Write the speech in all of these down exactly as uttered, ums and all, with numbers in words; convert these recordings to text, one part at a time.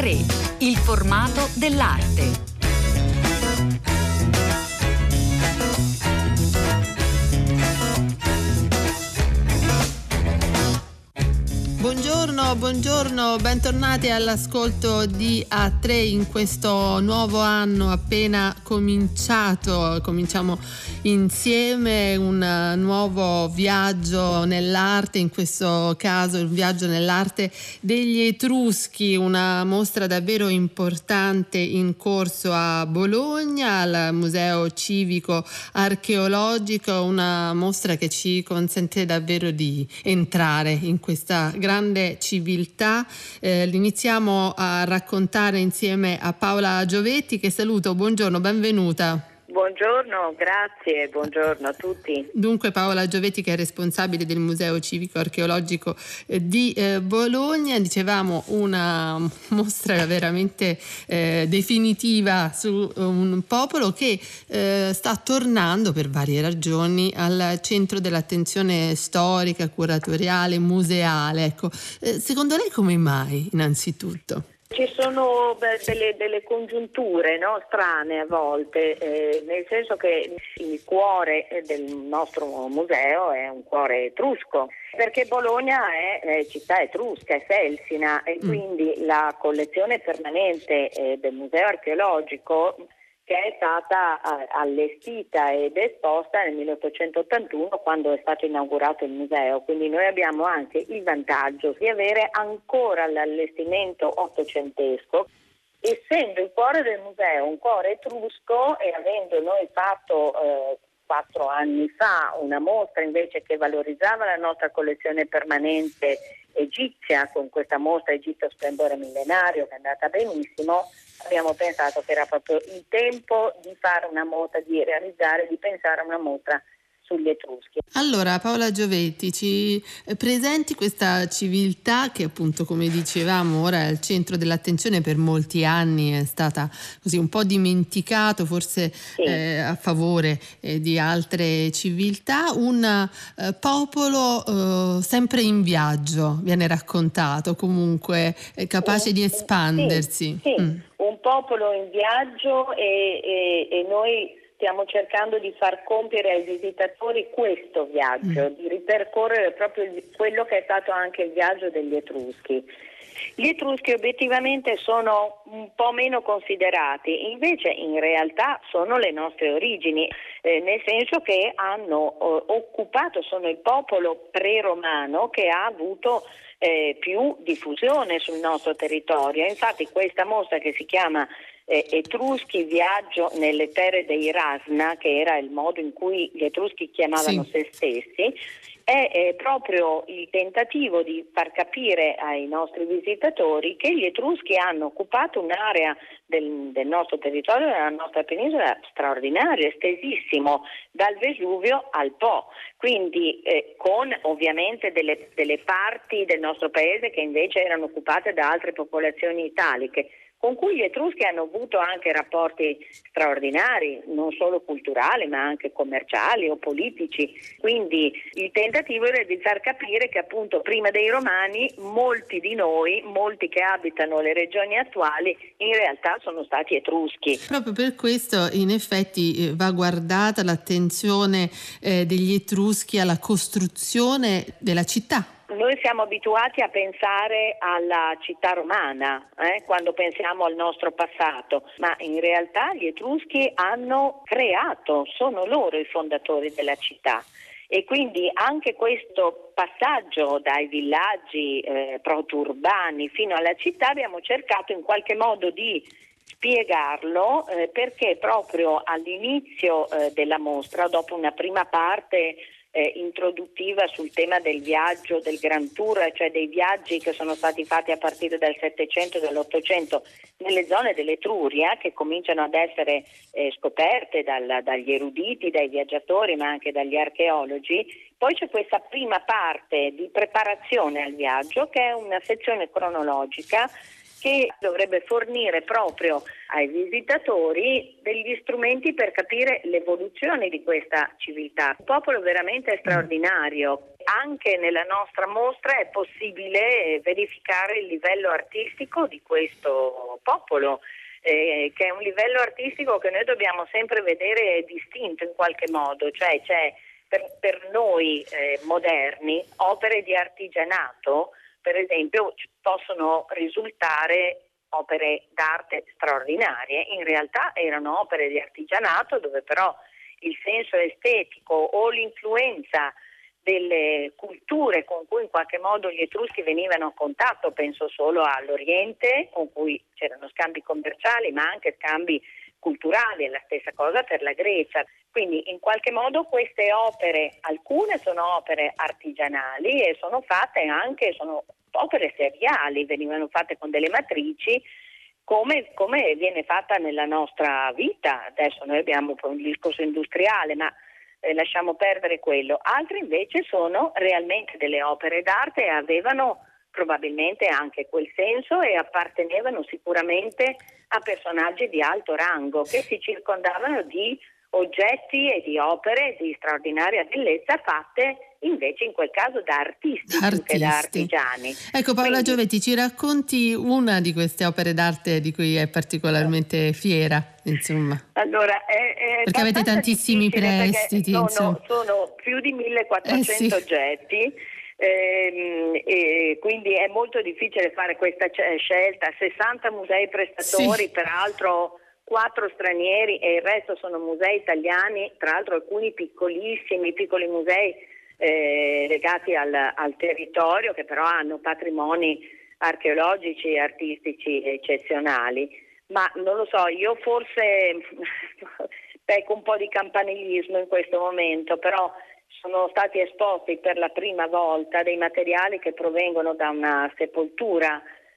tre, il formato dell'arte. Buongiorno, buongiorno, bentornati all'ascolto di A tre in questo nuovo anno appena cominciato. Cominciamo insieme un nuovo viaggio nell'arte, in questo caso un viaggio nell'arte degli Etruschi, una mostra davvero importante in corso a Bologna, al Museo Civico Archeologico, una mostra che ci consente davvero di entrare in questa grande civiltà. Eh, iniziamo a raccontare insieme a Paola Giovetti, che saluto. Buongiorno, benvenuta. Buongiorno, grazie, buongiorno a tutti. Dunque Paola Giovetti, che è responsabile del Museo Civico Archeologico di eh, Bologna, dicevamo una mostra veramente eh, definitiva su un popolo che eh, sta tornando per varie ragioni al centro dell'attenzione storica, curatoriale, museale. Ecco, eh, secondo lei come mai, innanzitutto? Ci sono beh, delle, delle congiunture, no, strane a volte, eh, nel senso che il cuore del nostro museo è un cuore etrusco, perché Bologna è, è città etrusca, è Felsina, e quindi mm. la collezione permanente eh, del museo archeologico, che è stata allestita ed esposta nel milleottocentottantuno, quando è stato inaugurato il museo. Quindi noi abbiamo anche il vantaggio di avere ancora l'allestimento ottocentesco, essendo il cuore del museo un cuore etrusco, e avendo noi fatto eh, quattro anni fa una mostra invece che valorizzava la nostra collezione permanente egizia, con questa mostra Egitto Splendore Millenario, che è andata benissimo, abbiamo pensato che era proprio il tempo di fare una mostra, di realizzare, di pensare a una mostra sugli Etruschi. Allora Paola Giovetti, ci presenti questa civiltà che appunto, come dicevamo, ora è al centro dell'attenzione, per molti anni è stata così un po' dimenticato, forse sì. eh, a favore eh, di altre civiltà, un eh, popolo eh, sempre in viaggio, viene raccontato, comunque eh, capace un, di espandersi. Sì, sì. Mm. Un popolo in viaggio e, e, e noi stiamo cercando di far compiere ai visitatori questo viaggio, mm. di ripercorrere proprio il, quello che è stato anche il viaggio degli Etruschi. Gli Etruschi obiettivamente sono un po' meno considerati, invece in realtà sono le nostre origini, eh, nel senso che hanno eh, occupato, sono il popolo pre-romano che ha avuto eh, più diffusione sul nostro territorio. Infatti questa mostra, che si chiama Eh, Etruschi viaggio nelle terre dei Rasna, che era il modo in cui gli Etruschi chiamavano sì. se stessi, è, è proprio il tentativo di far capire ai nostri visitatori che gli Etruschi hanno occupato un'area del, del nostro territorio, della nostra penisola, straordinario, estesissimo, dal Vesuvio al Po, quindi eh, con ovviamente delle, delle parti del nostro paese che invece erano occupate da altre popolazioni italiche, con cui gli Etruschi hanno avuto anche rapporti straordinari, non solo culturali ma anche commerciali o politici. Quindi il tentativo era di far capire che appunto prima dei Romani molti di noi, molti che abitano le regioni attuali, in realtà sono stati Etruschi. Proprio per questo in effetti va guardata l'attenzione eh, degli Etruschi alla costruzione della città. Noi siamo abituati a pensare alla città romana eh, quando pensiamo al nostro passato, ma in realtà gli Etruschi hanno creato, sono loro i fondatori della città, e quindi anche questo passaggio dai villaggi eh, proto-urbani fino alla città abbiamo cercato in qualche modo di spiegarlo eh, perché proprio all'inizio eh, della mostra, dopo una prima parte Eh, introduttiva sul tema del viaggio, del Grand Tour, cioè dei viaggi che sono stati fatti a partire dal Settecento e dall'Ottocento nelle zone dell'Etruria, che cominciano ad essere eh, scoperte dal, dagli eruditi, dai viaggiatori, ma anche dagli archeologi. Poi c'è questa prima parte di preparazione al viaggio, che è una sezione cronologica che dovrebbe fornire proprio ai visitatori degli strumenti per capire l'evoluzione di questa civiltà. Un popolo veramente straordinario. Anche nella nostra mostra è possibile verificare il livello artistico di questo popolo, eh, che è un livello artistico che noi dobbiamo sempre vedere distinto in qualche modo, cioè c'è per, per noi eh, moderni opere di artigianato, per esempio, possono risultare opere d'arte straordinarie, in realtà erano opere di artigianato dove però il senso estetico o l'influenza delle culture con cui in qualche modo gli Etruschi venivano a contatto, penso solo all'Oriente, con cui c'erano scambi commerciali ma anche scambi culturali, è la stessa cosa per la Grecia. Quindi in qualche modo queste opere, alcune sono opere artigianali e sono fatte anche, sono opere seriali, venivano fatte con delle matrici come, come viene fatta nella nostra vita. Adesso noi abbiamo un discorso industriale, ma eh, lasciamo perdere quello. Altre invece sono realmente delle opere d'arte e avevano probabilmente anche quel senso e appartenevano sicuramente a personaggi di alto rango che si circondavano di oggetti e di opere di straordinaria bellezza fatte invece in quel caso da artisti, artisti. più che da artigiani. Ecco, Paola Quindi, Giovetti, ci racconti una di queste opere d'arte di cui è particolarmente fiera, insomma? Allora, è, è perché avete tantissimi prestiti, sono, sono più di millequattrocento eh sì. oggetti. Ehm, e quindi è molto difficile fare questa scelta. sessanta musei prestatori, sì. peraltro quattro stranieri e il resto sono musei italiani, tra l'altro alcuni piccolissimi, piccoli musei eh, legati al, al territorio, che però hanno patrimoni archeologici e artistici eccezionali. Ma non lo so, io forse pecco un po' di campanilismo in questo momento, però sono stati esposti per la prima volta dei materiali che provengono da una sepoltura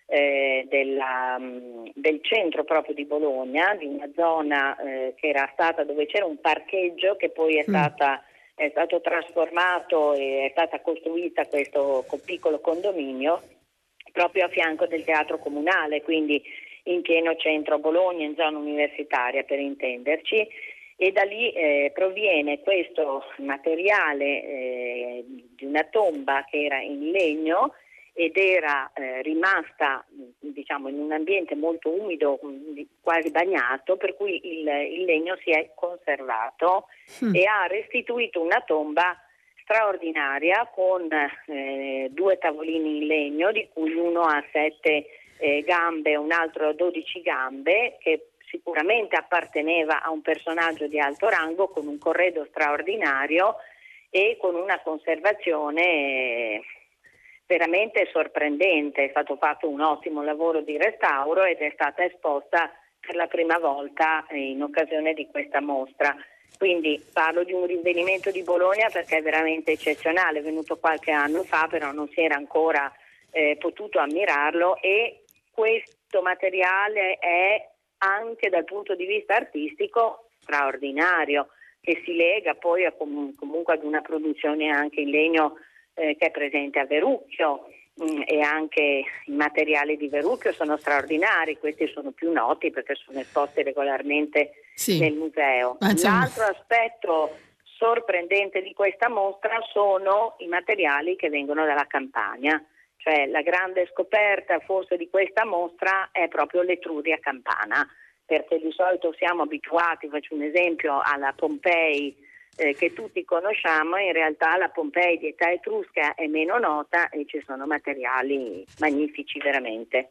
eh, della, del centro proprio di Bologna, di una zona eh, che era stata dove c'era un parcheggio che poi è, stata, è stato trasformato e è stata costruita questo piccolo condominio proprio a fianco del teatro comunale, quindi in pieno centro a Bologna, in zona universitaria per intenderci. E da lì eh, proviene questo materiale eh, di una tomba che era in legno ed era eh, rimasta diciamo in un ambiente molto umido, quasi bagnato, per cui il, il legno si è conservato mm. e ha restituito una tomba straordinaria con eh, due tavolini in legno, di cui uno ha sette eh, gambe e un altro dodici gambe, che sicuramente apparteneva a un personaggio di alto rango, con un corredo straordinario e con una conservazione veramente sorprendente. È stato fatto un ottimo lavoro di restauro ed è stata esposta per la prima volta in occasione di questa mostra. Quindi parlo di un rinvenimento di Bologna perché è veramente eccezionale, è venuto qualche anno fa, però non si era ancora eh, potuto ammirarlo, e questo materiale è anche dal punto di vista artistico straordinario, che si lega poi a com- comunque ad una produzione anche in legno eh, che è presente a Verrucchio, mh, e anche i materiali di Verrucchio sono straordinari. Questi sono più noti perché sono esposti regolarmente sì. nel museo. L'altro aspetto sorprendente di questa mostra sono i materiali che vengono dalla Campania. Cioè la grande scoperta forse di questa mostra è proprio l'Etruria campana, perché di solito siamo abituati, faccio un esempio, alla Pompei eh, che tutti conosciamo, in realtà la Pompei di età etrusca è meno nota e ci sono materiali magnifici veramente.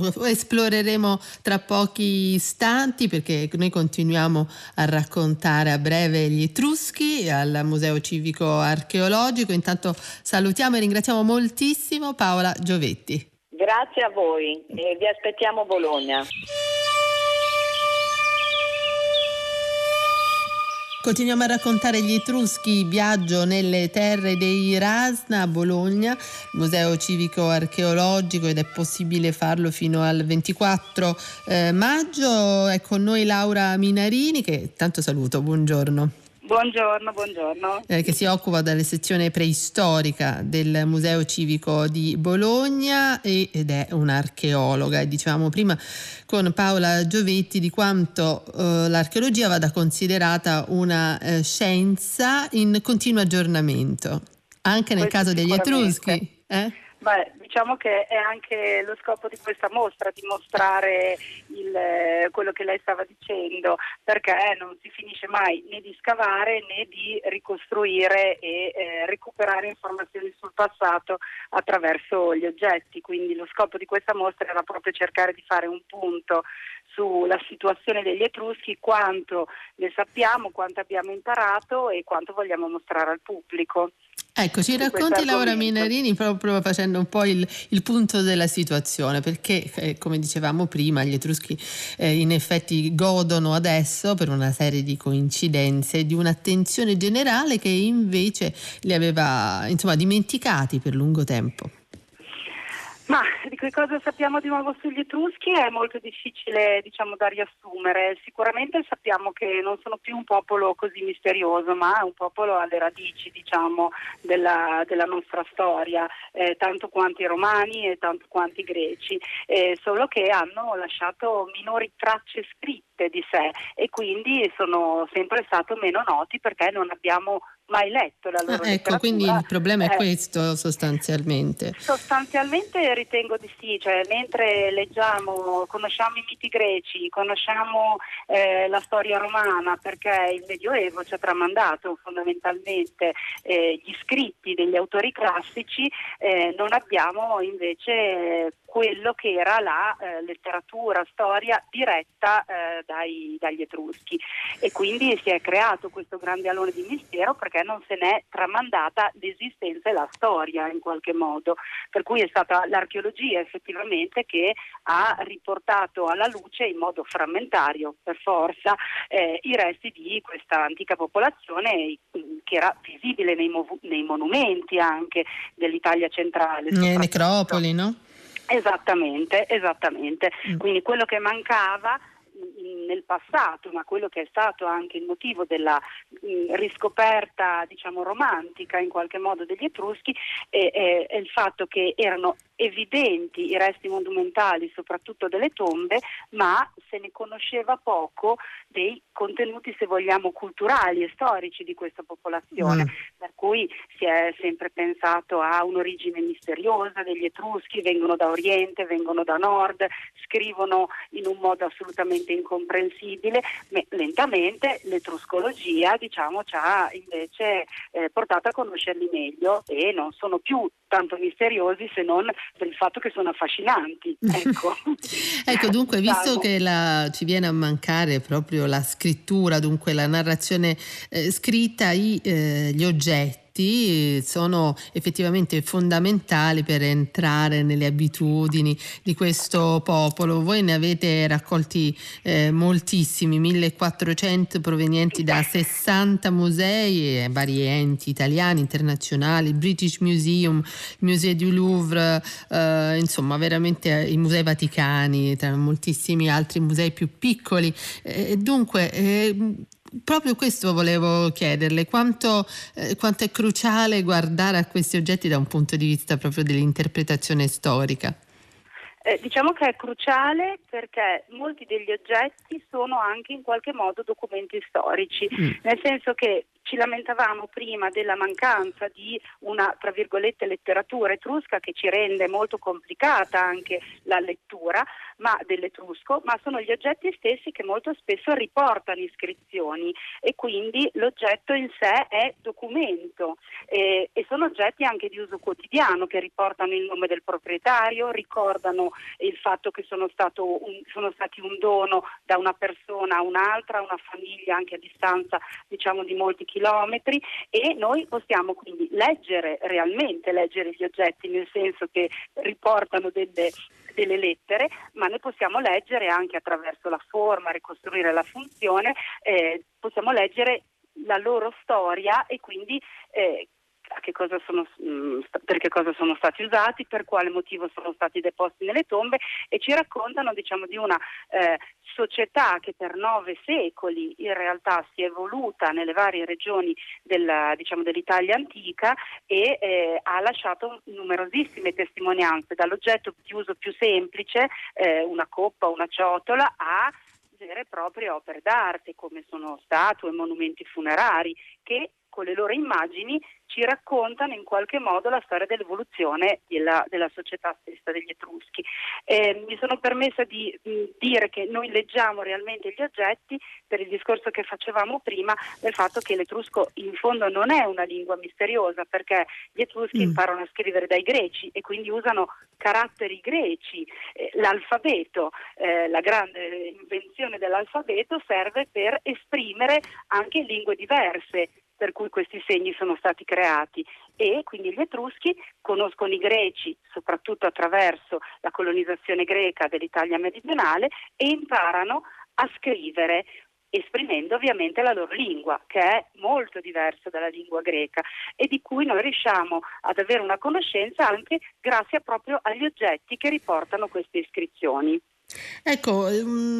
Esploreremo tra pochi istanti, perché noi continuiamo a raccontare a breve gli Etruschi al Museo Civico Archeologico. Intanto salutiamo e ringraziamo moltissimo Paola Giovetti. Grazie a voi e vi aspettiamo a Bologna. Continuiamo a raccontare gli Etruschi, viaggio nelle terre dei Rasna a Bologna, Museo Civico Archeologico, ed è possibile farlo fino al ventiquattro eh, maggio. È con noi Laura Minarini, che tanto saluto, buongiorno. Buongiorno, buongiorno. Eh, che si occupa della sezione preistorica del Museo Civico di Bologna e, ed è un'archeologa. E dicevamo prima con Paola Giovetti di quanto eh, l'archeologia vada considerata una eh, scienza in continuo aggiornamento, anche nel Questo caso degli sicuramente. Etruschi. Eh? Beh, diciamo che è anche lo scopo di questa mostra, dimostrare il, eh, quello che lei stava dicendo, perché non si finisce mai né di scavare né di ricostruire e eh, recuperare informazioni sul passato attraverso gli oggetti. Quindi lo scopo di questa mostra era proprio cercare di fare un punto sulla situazione degli Etruschi, quanto ne sappiamo, quanto abbiamo imparato e quanto vogliamo mostrare al pubblico. Ecco, ci racconti Laura Minarini proprio facendo un po' il, il punto della situazione, perché eh, come dicevamo prima gli Etruschi eh, in effetti godono adesso, per una serie di coincidenze, di un'attenzione generale che invece li aveva insomma dimenticati per lungo tempo. Ma di che cosa sappiamo di nuovo sugli Etruschi è molto difficile, diciamo, da riassumere. Sicuramente sappiamo che non sono più un popolo così misterioso, ma è un popolo alle radici, diciamo, della, della nostra storia, eh, tanto quanti i romani e tanto quanti i greci, eh, solo che hanno lasciato minori tracce scritte di sé e quindi sono sempre stati meno noti perché non abbiamo mai letto la loro ah, ecco, letteratura. Quindi il problema è eh, questo sostanzialmente. Sostanzialmente ritengo di sì, cioè mentre leggiamo, conosciamo i miti greci, conosciamo eh, la storia romana, perché il Medioevo ci ha tramandato fondamentalmente eh, gli scritti degli autori classici, eh, non abbiamo invece quello che era la eh, letteratura, storia diretta eh, dai, dagli Etruschi, e quindi si è creato questo grande alone di mistero perché non se n'è tramandata l'esistenza e la storia in qualche modo, per cui è stata l'archeologia effettivamente che ha riportato alla luce in modo frammentario, per forza, eh, i resti di questa antica popolazione che era visibile nei, mov- nei monumenti anche dell'Italia centrale. Le necropoli, no? Esattamente, esattamente. Mm. Quindi quello che mancava nel passato, ma quello che è stato anche il motivo della mh, riscoperta, diciamo, romantica in qualche modo degli Etruschi è, è, è il fatto che erano evidenti i resti monumentali, soprattutto delle tombe, ma se ne conosceva poco dei contenuti, se vogliamo, culturali e storici di questa popolazione, mm. per cui si è sempre pensato a un'origine misteriosa degli Etruschi, vengono da Oriente, vengono da Nord, scrivono in un modo assolutamente incomprensibile, ma lentamente l'etruscologia, diciamo, ci ha invece eh, portato a conoscerli meglio e non sono più tanto misteriosi se non per il fatto che sono affascinanti. Ecco, ecco dunque, visto che la, ci viene a mancare proprio la scrittura, dunque la narrazione eh, scritta, i, eh, gli oggetti sono effettivamente fondamentali per entrare nelle abitudini di questo popolo. Voi ne avete raccolti eh, moltissimi, millequattrocento provenienti da sessanta musei e vari enti italiani, internazionali, il British Museum, il Musée du Louvre, eh, insomma veramente i musei vaticani, tra moltissimi altri musei più piccoli. Eh, dunque eh, proprio questo volevo chiederle, quanto, eh, quanto è cruciale guardare a questi oggetti da un punto di vista proprio dell'interpretazione storica. Eh, diciamo che è cruciale perché molti degli oggetti sono anche in qualche modo documenti storici, mm. nel senso che ci lamentavamo prima della mancanza di una, tra virgolette, letteratura etrusca che ci rende molto complicata anche la lettura ma dell'etrusco, ma sono gli oggetti stessi che molto spesso riportano iscrizioni e quindi l'oggetto in sé è documento eh, e sono oggetti anche di uso quotidiano che riportano il nome del proprietario, ricordano il fatto che sono, stato un, sono stati un dono da una persona a un'altra, una famiglia anche a distanza, diciamo, di molti chilometri, e noi possiamo quindi leggere realmente leggere gli oggetti, nel senso che riportano delle, delle lettere, ma ne possiamo leggere anche attraverso la forma, ricostruire la funzione, eh, possiamo leggere la loro storia e quindi eh, a che cosa sono, mh, per che cosa sono stati usati, per quale motivo sono stati deposti nelle tombe, e ci raccontano, diciamo, di una eh, società che per nove secoli in realtà si è evoluta nelle varie regioni della, diciamo, dell'Italia antica e eh, ha lasciato numerosissime testimonianze, dall'oggetto di uso più semplice, eh, una coppa, una ciotola, a vere e proprie opere d'arte come sono statue, monumenti funerari, che con le loro immagini ci raccontano in qualche modo la storia dell'evoluzione della, della società stessa degli Etruschi. Eh, mi sono permessa di mh, dire che noi leggiamo realmente gli oggetti per il discorso che facevamo prima del fatto che l'etrusco in fondo non è una lingua misteriosa, perché gli Etruschi mm. imparano a scrivere dai greci e quindi usano caratteri greci. Eh, l'alfabeto, eh, la grande invenzione dell'alfabeto serve per esprimere anche lingue diverse, per cui questi segni sono stati creati, e quindi gli Etruschi conoscono i greci soprattutto attraverso la colonizzazione greca dell'Italia meridionale e imparano a scrivere, esprimendo ovviamente la loro lingua, che è molto diversa dalla lingua greca e di cui noi riusciamo ad avere una conoscenza anche grazie proprio agli oggetti che riportano queste iscrizioni. Ecco,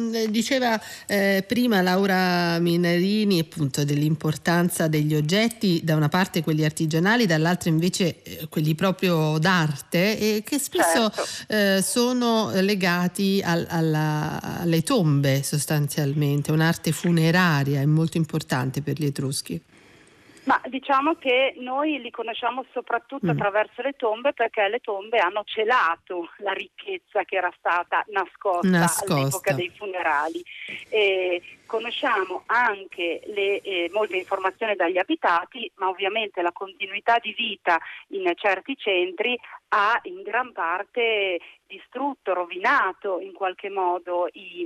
diceva eh, prima Laura Minarini appunto dell'importanza degli oggetti, da una parte quelli artigianali, dall'altra invece eh, quelli proprio d'arte, e che spesso certo. eh, sono legati al, alla, alle tombe sostanzialmente. Un'arte funeraria è molto importante per gli Etruschi. Ma diciamo che noi li conosciamo soprattutto mm. attraverso le tombe, perché le tombe hanno celato la ricchezza che era stata nascosta, nascosta. all'epoca dei funerali. E conosciamo anche le, eh, molte informazioni dagli abitati, ma ovviamente la continuità di vita in certi centri ha in gran parte distrutto, rovinato in qualche modo i,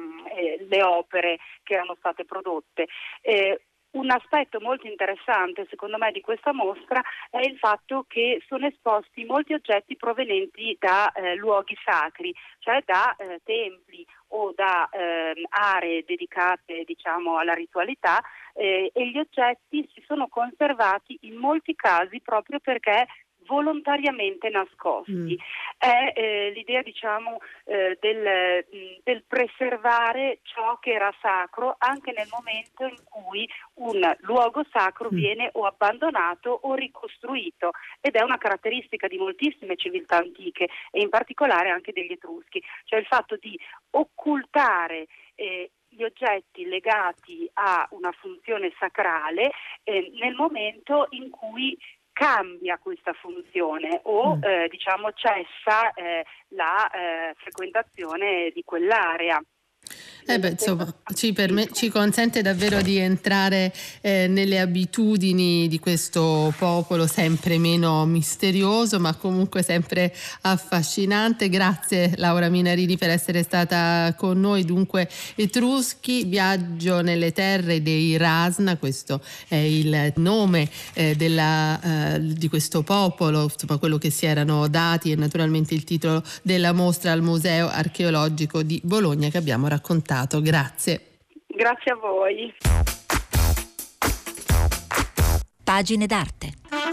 eh, le opere che erano state prodotte. Eh, Un aspetto molto interessante secondo me di questa mostra è il fatto che sono esposti molti oggetti provenienti da eh, luoghi sacri, cioè da eh, templi o da eh, aree dedicate, diciamo, alla ritualità, eh, e gli oggetti si sono conservati in molti casi proprio perché volontariamente nascosti. Mm. È eh, l'idea, diciamo, eh, del, del preservare ciò che era sacro anche nel momento in cui un luogo sacro mm. viene o abbandonato o ricostruito, ed è una caratteristica di moltissime civiltà antiche e in particolare anche degli Etruschi, cioè il fatto di occultare eh, gli oggetti legati a una funzione sacrale eh, nel momento in cui cambia questa funzione o mm. eh, diciamo cessa eh, la eh, frequentazione di quell'area. Eh beh, insomma, ci, perme- ci consente davvero di entrare eh, nelle abitudini di questo popolo sempre meno misterioso, ma comunque sempre affascinante. Grazie Laura Minarini per essere stata con noi. Dunque, Etruschi, viaggio nelle terre dei Rasna, questo è il nome eh, della, eh, di questo popolo, insomma, quello che si erano dati, e naturalmente il titolo della mostra al Museo Archeologico di Bologna che abbiamo raccontato. Grazie. Grazie a voi. Pagine d'arte.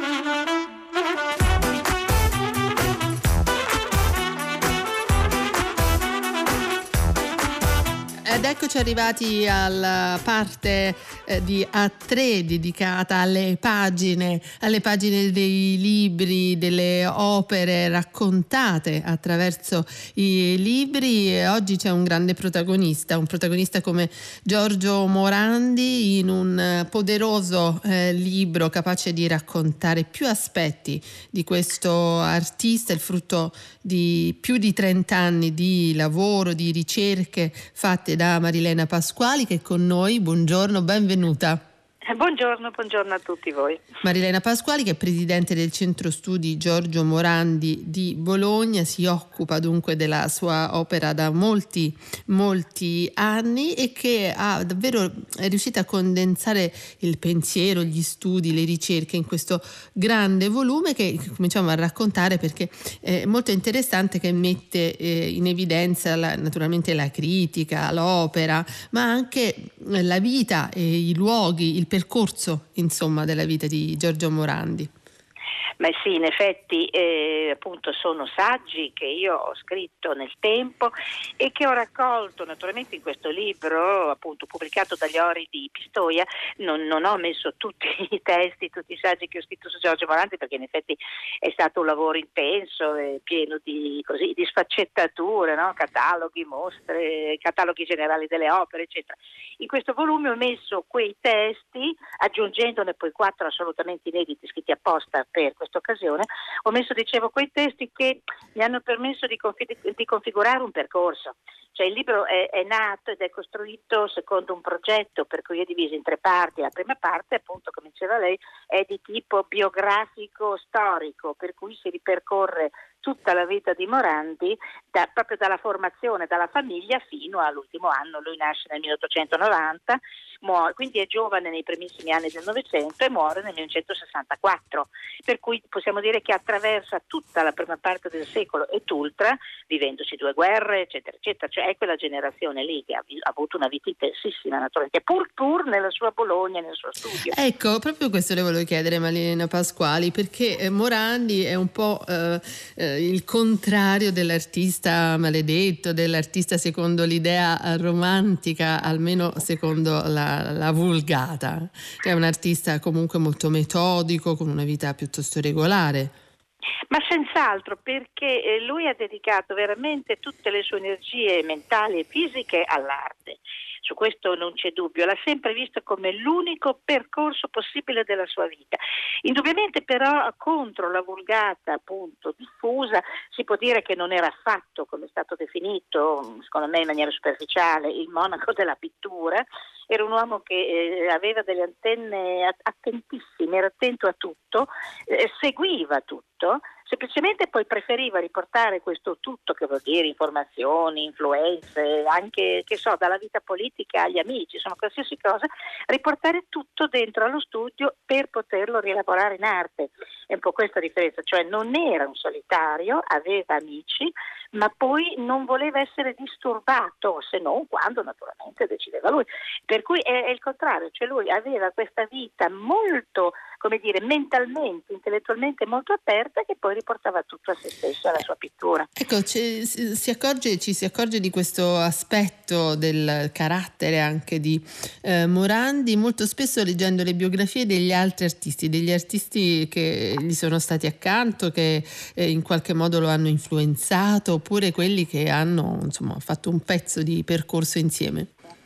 Ed eccoci arrivati alla parte eh, di A tre dedicata alle pagine, alle pagine dei libri, delle opere raccontate attraverso i libri. E oggi c'è un grande protagonista, un protagonista come Giorgio Morandi, in un poderoso eh, libro capace di raccontare più aspetti di questo artista, il frutto di più di trenta anni di lavoro, di ricerche fatte da Marilena Pasquali, che è con noi. Buongiorno, benvenuta. Buongiorno, buongiorno a tutti voi. Marilena Pasquali, che è presidente del Centro Studi Giorgio Morandi di Bologna, si occupa dunque della sua opera da molti, molti anni e che ha davvero è riuscita a condensare il pensiero, gli studi, le ricerche in questo grande volume che cominciamo a raccontare, perché è molto interessante, che mette eh, in evidenza la, naturalmente la critica, l'opera, ma anche la vita e i luoghi, il percorso insomma della vita di Giorgio Morandi. Ma sì, in effetti eh, appunto sono saggi che io ho scritto nel tempo e che ho raccolto naturalmente in questo libro appunto pubblicato dagli Ori di Pistoia. Non, non ho messo tutti i testi, tutti i saggi che ho scritto su Giorgio Morandi, perché in effetti è stato un lavoro intenso e pieno di, così, di sfaccettature, no? Cataloghi, mostre, cataloghi generali delle opere, eccetera. In questo volume ho messo quei testi, aggiungendone poi quattro assolutamente inediti scritti apposta per questa occasione. Ho messo, dicevo, quei testi che mi hanno permesso di, confi- di configurare un percorso. Cioè il libro è, è nato ed è costruito secondo un progetto per cui è diviso in tre parti. La prima parte, appunto, come diceva lei, è di tipo biografico storico, per cui si ripercorre tutta la vita di Morandi, da, proprio dalla formazione, dalla famiglia fino all'ultimo anno. Lui nasce nel milleottocentonovanta, muore, quindi è giovane nei primissimi anni del Novecento e muore nel millenovecentosessantaquattro, per cui possiamo dire che attraversa tutta la prima parte del secolo e tultra, vivendoci due guerre, eccetera, eccetera. Cioè è quella generazione lì che ha, ha avuto una vita intensissima, naturalmente, pur pur nella sua Bologna, nel suo studio. Ecco, proprio questo le volevo chiedere, Marilena Pasquali, perché eh, Morandi è un po' eh, eh, il contrario dell'artista maledetto, dell'artista secondo l'idea romantica, almeno secondo la, la Vulgata. È un artista comunque molto metodico, con una vita piuttosto regolare. Ma senz'altro, perché lui ha dedicato veramente tutte le sue energie mentali e fisiche all'arte. Su questo non c'è dubbio, l'ha sempre visto come l'unico percorso possibile della sua vita. Indubbiamente però contro la Vulgata appunto diffusa si può dire che non era affatto, come è stato definito, secondo me in maniera superficiale, il monaco della pittura. Era un uomo che eh, aveva delle antenne attentissime, era attento a tutto, eh, seguiva tutto, semplicemente poi preferiva riportare questo tutto, che vuol dire informazioni, influenze, anche che so, dalla vita politica agli amici, insomma qualsiasi cosa, riportare tutto dentro allo studio per poterlo rielaborare in arte. È un po' questa la differenza, cioè non era un solitario, aveva amici, ma poi non voleva essere disturbato, se non quando naturalmente decideva lui. Per cui è, è il contrario, cioè lui aveva questa vita molto, come dire, mentalmente, intellettualmente molto aperta, che poi riportava tutto a se stesso, alla sua pittura. Ecco, ci si accorge, ci si accorge di questo aspetto del carattere anche di eh, Morandi molto spesso leggendo le biografie degli altri artisti, degli artisti che gli sono stati accanto, che eh, in qualche modo lo hanno influenzato, oppure quelli che hanno, insomma, fatto un pezzo di percorso insieme.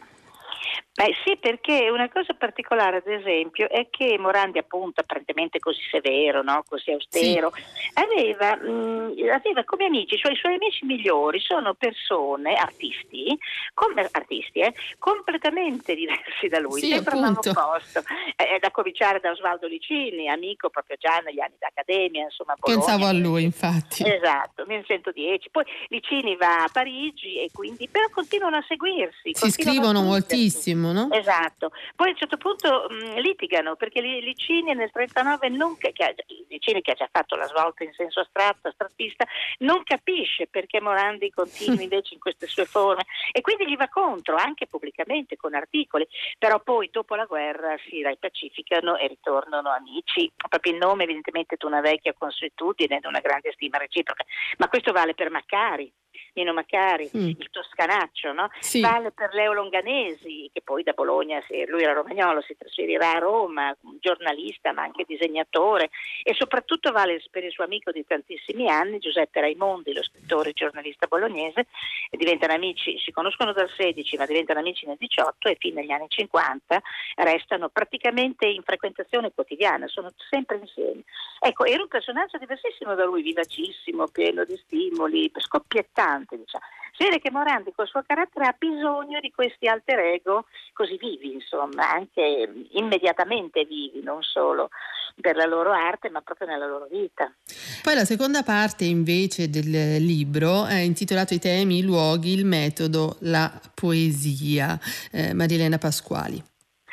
Beh sì, perché una cosa particolare ad esempio è che Morandi, appunto apparentemente così severo, no? Così austero, sì. aveva, mh, aveva come amici, cioè i suoi amici migliori sono persone, artisti, come, artisti eh, completamente diversi da lui, sì, sempre al posto, eh, da cominciare da Osvaldo Licini, amico proprio già negli anni d'accademia, insomma Bologna. Pensavo a lui, infatti. Esatto, millenovecentodieci, poi Licini va a Parigi e quindi però continuano a seguirsi. Si scrivono moltissimo. No? Esatto, poi a un certo punto mh, litigano perché Licini nel trentanove non, che, che, Licini che ha già fatto la svolta in senso astratto, astrattista, non capisce perché Morandi continui invece in queste sue forme e quindi gli va contro anche pubblicamente con articoli, però poi dopo la guerra si ripacificano e ritornano amici, proprio in nome evidentemente di una vecchia consuetudine, di una grande stima reciproca, ma questo vale per Maccari. Nino Maccari, mm. il toscanaccio, no? Sì. Vale per Leo Longanesi, che poi da Bologna, lui era romagnolo, si trasferirà a Roma, un giornalista ma anche disegnatore, e soprattutto vale per il suo amico di tantissimi anni, Giuseppe Raimondi, lo scrittore e giornalista bolognese, e diventano amici, si conoscono dal sedici ma diventano amici nel diciotto e fino agli anni cinquanta restano praticamente in frequentazione quotidiana, sono sempre insieme. Ecco, era un personaggio diversissimo da lui, vivacissimo, pieno di stimoli, scoppiettante. Diciamo. Si vede che Morandi col suo carattere ha bisogno di questi alter ego così vivi, insomma, anche immediatamente vivi, non solo per la loro arte ma proprio nella loro vita. Poi la seconda parte invece del libro è intitolato I temi, i luoghi, il metodo, la poesia. eh, Marilena Pasquali.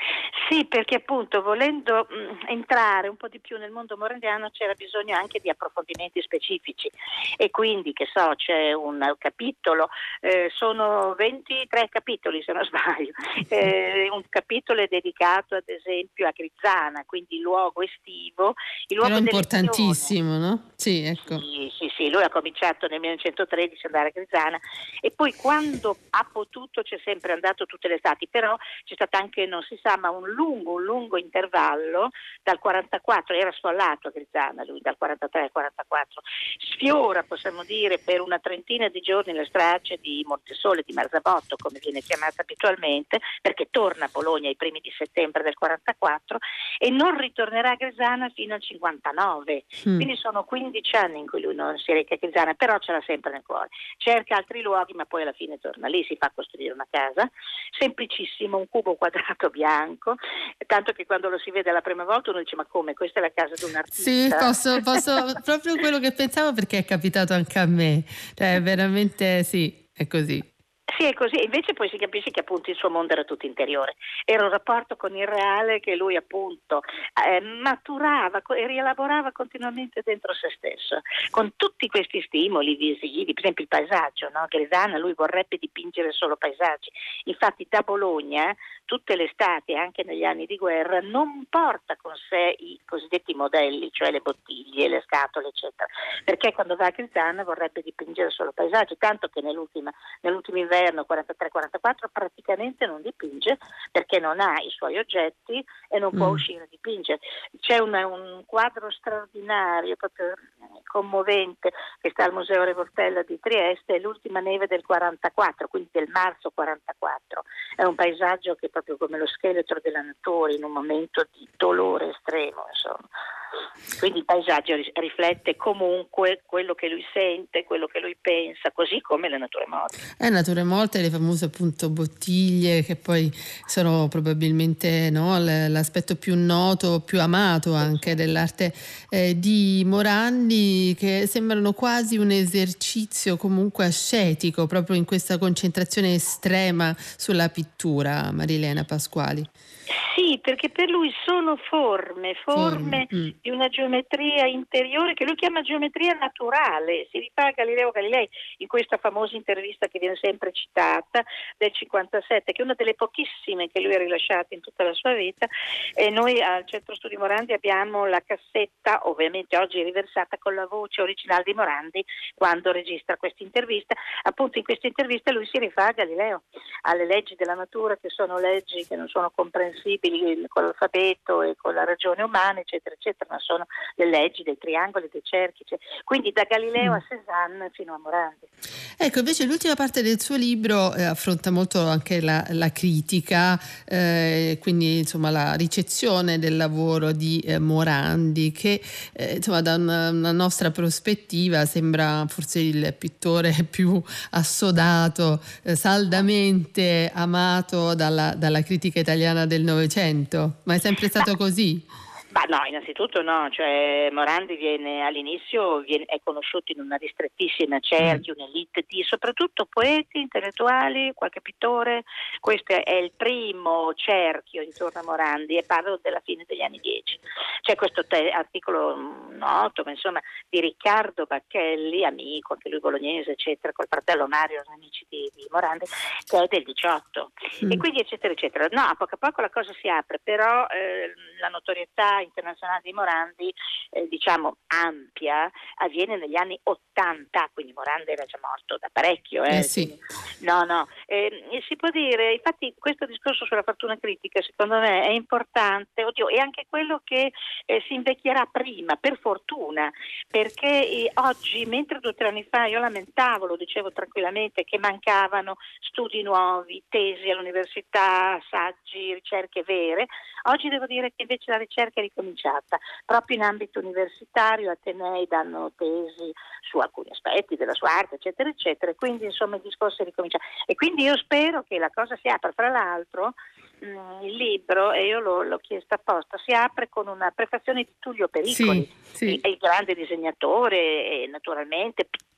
Sì, perché appunto volendo mh, entrare un po' di più nel mondo morandiano c'era bisogno anche di approfondimenti specifici e quindi che so c'è un capitolo, eh, sono ventitré capitoli se non sbaglio, eh, un capitolo è dedicato ad esempio a Grizzana, quindi il luogo estivo, il luogo Però dell'elezione. importantissimo, no? Sì, ecco. Sì, sì, sì, lui ha cominciato nel millenovecentotredici ad andare a Grizzana e poi quando ha potuto c'è sempre andato tutte le estati, però c'è stato anche, non si sa, ma un lungo, un lungo intervallo dal quarantaquattro, era sfollato a Grizzana lui, dal quarantatré al quarantaquattro, sfiora, possiamo dire, per una trentina di giorni le stracce di Montesole, di Marzabotto, come viene chiamata abitualmente, perché torna a Bologna ai primi di settembre del quarantaquattro e non ritornerà a Grizzana fino al cinquantanove, Mm. quindi sono quindici anni in cui lui non si reca a Grizzana, però ce l'ha sempre nel cuore, cerca altri luoghi ma poi alla fine torna lì, si fa costruire una casa, semplicissimo, un cubo quadrato bianco, tanto che quando lo si vede la prima volta uno dice ma come, questa è la casa di un artista? Sì, posso, posso proprio quello che pensavo, perché è capitato anche a me, cioè veramente sì, è così. Sì, è così, invece poi si capisce che appunto il suo mondo era tutto interiore, era un rapporto con il reale che lui appunto eh, maturava e rielaborava continuamente dentro se stesso, con tutti questi stimoli visivi, per esempio il paesaggio, no? Grizzana lui vorrebbe dipingere solo paesaggi, infatti da Bologna tutte le estati, anche negli anni di guerra, non porta con sé i cosiddetti modelli, cioè le bottiglie, le scatole eccetera, perché quando va a Grizzana vorrebbe dipingere solo paesaggi, tanto che nell'ultima, nell'ultimo inverno quarantatré quarantaquattro praticamente non dipinge perché non ha i suoi oggetti e non può Mm. uscire a dipingere. C'è una, un quadro straordinario, proprio commovente, che sta al Museo Revoltella di Trieste, è l'ultima neve del quarantaquattro, quindi del marzo quarantaquattro. È un paesaggio che è proprio come lo scheletro della natura in un momento di dolore estremo, insomma. Quindi il paesaggio riflette comunque quello che lui sente, quello che lui pensa, così come le nature morte. Eh, nature morte, le famose appunto bottiglie, che poi sono probabilmente, no, l- l'aspetto più noto, più amato anche dell'arte eh, di Morandi, che sembrano quasi un esercizio comunque ascetico, proprio in questa concentrazione estrema sulla pittura, Marilena Pasquali. Sì, perché per lui sono forme, forme Forme, mm. di una geometria interiore che lui chiama geometria naturale. Si rifà a Galileo Galilei in questa famosa intervista che viene sempre citata del cinquantasette, che è una delle pochissime che lui ha rilasciato in tutta la sua vita, e noi al Centro Studi Morandi abbiamo la cassetta, ovviamente oggi riversata con la voce originale di Morandi quando registra questa intervista. Appunto in questa intervista lui si rifà a Galileo, alle leggi della natura, che sono leggi che non sono comprensibili con l'alfabeto e con la ragione umana eccetera eccetera, ma sono le leggi dei triangoli, dei cerchi, cioè. Quindi da Galileo Mm. a Cézanne fino a Morandi. Ecco, invece l'ultima parte del suo libro eh, affronta molto anche la, la critica, eh, quindi insomma la ricezione del lavoro di eh, Morandi, che eh, insomma da una, una nostra prospettiva sembra forse il pittore più assodato, eh, saldamente amato dalla, dalla critica italiana del Novecento. Ma è sempre stato così? Ma no, innanzitutto no, cioè Morandi viene all'inizio viene, è conosciuto in una ristrettissima cerchia, un'elite di soprattutto poeti, intellettuali, qualche pittore. Questo è il primo cerchio intorno a Morandi e parlo della fine degli anni dieci. C'è questo te- articolo noto, ma insomma, di Riccardo Bacchelli, amico anche lui bolognese, eccetera, col fratello Mario, amici di, di Morandi, che è del diciotto. Mm. E quindi eccetera eccetera. No, a poco a poco la cosa si apre, però eh, la notorietà internazionale di Morandi, eh, diciamo ampia, avviene negli anni ottanta, quindi Morandi era già morto da parecchio. Eh, Eh sì. quindi, no, no, eh, si può dire, infatti questo discorso sulla fortuna critica secondo me è importante, oddio, è anche quello che eh, si invecchierà prima, per fortuna, perché eh, oggi, mentre due o tre anni fa io lamentavo, lo dicevo tranquillamente, che mancavano studi nuovi, tesi all'università, saggi, ricerche vere, oggi devo dire che invece la ricerca è ricominciata, proprio in ambito universitario, atenei danno tesi su alcuni aspetti della sua arte, eccetera, eccetera, quindi insomma il discorso è ricominciato. E quindi io spero che la cosa si apra. Fra l'altro mh, il libro, e io l'ho, l'ho chiesto apposta, si apre con una prefazione di Tullio Pericoli, Sì, sì. il, il grande disegnatore e naturalmente pittore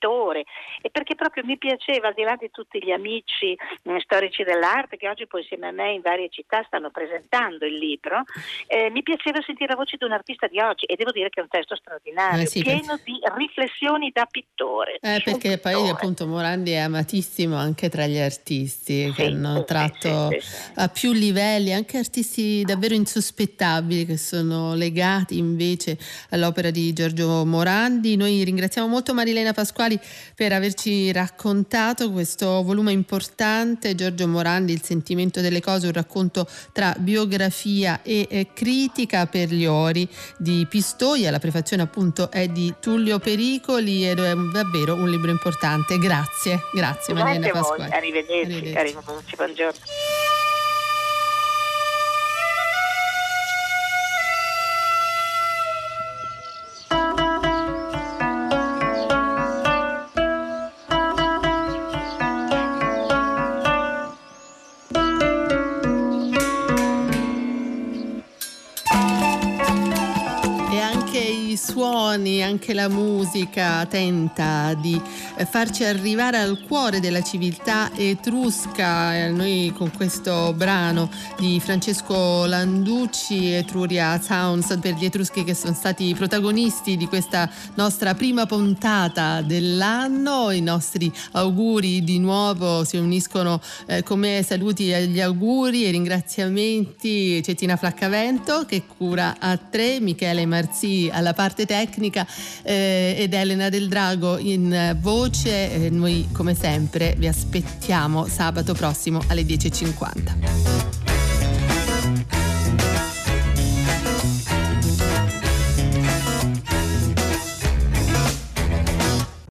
pittore, e perché proprio mi piaceva, al di là di tutti gli amici mh, storici dell'arte che oggi poi insieme a me in varie città stanno presentando il libro, eh, mi piaceva sentire la voce di un artista di oggi, e devo dire che è un testo straordinario, eh sì, pieno perché... di riflessioni da pittore. Eh, perché poi pittore. appunto Morandi è amatissimo anche tra gli artisti che Sì, hanno sì, tratto sì, sì, sì. a più livelli, anche artisti davvero insospettabili che sono legati invece all'opera di Giorgio Morandi. Noi ringraziamo molto Marilena Pasquali per averci raccontato questo volume importante, Giorgio Morandi, Il sentimento delle cose, un racconto tra biografia e eh, critica, per gli ori di Pistoia. La prefazione appunto è di Tullio Pericoli ed è davvero un libro importante. Grazie, grazie Marilena Grazie a voi, Pasquali. arrivederci, Arrivederci. arrivederci, buongiorno. I suoni, anche la musica tenta di farci arrivare al cuore della civiltà etrusca. Noi con questo brano di Francesco Landucci, Etruria Sounds, per gli etruschi che sono stati protagonisti di questa nostra prima puntata dell'anno. I nostri auguri di nuovo si uniscono eh, come saluti agli auguri e ringraziamenti Cettina Flaccavento che cura a tre, Michele Marzì alla parte tecnica eh, ed Elena Del Drago in voce. Eh, noi come sempre vi aspettiamo sabato prossimo alle dieci e cinquanta.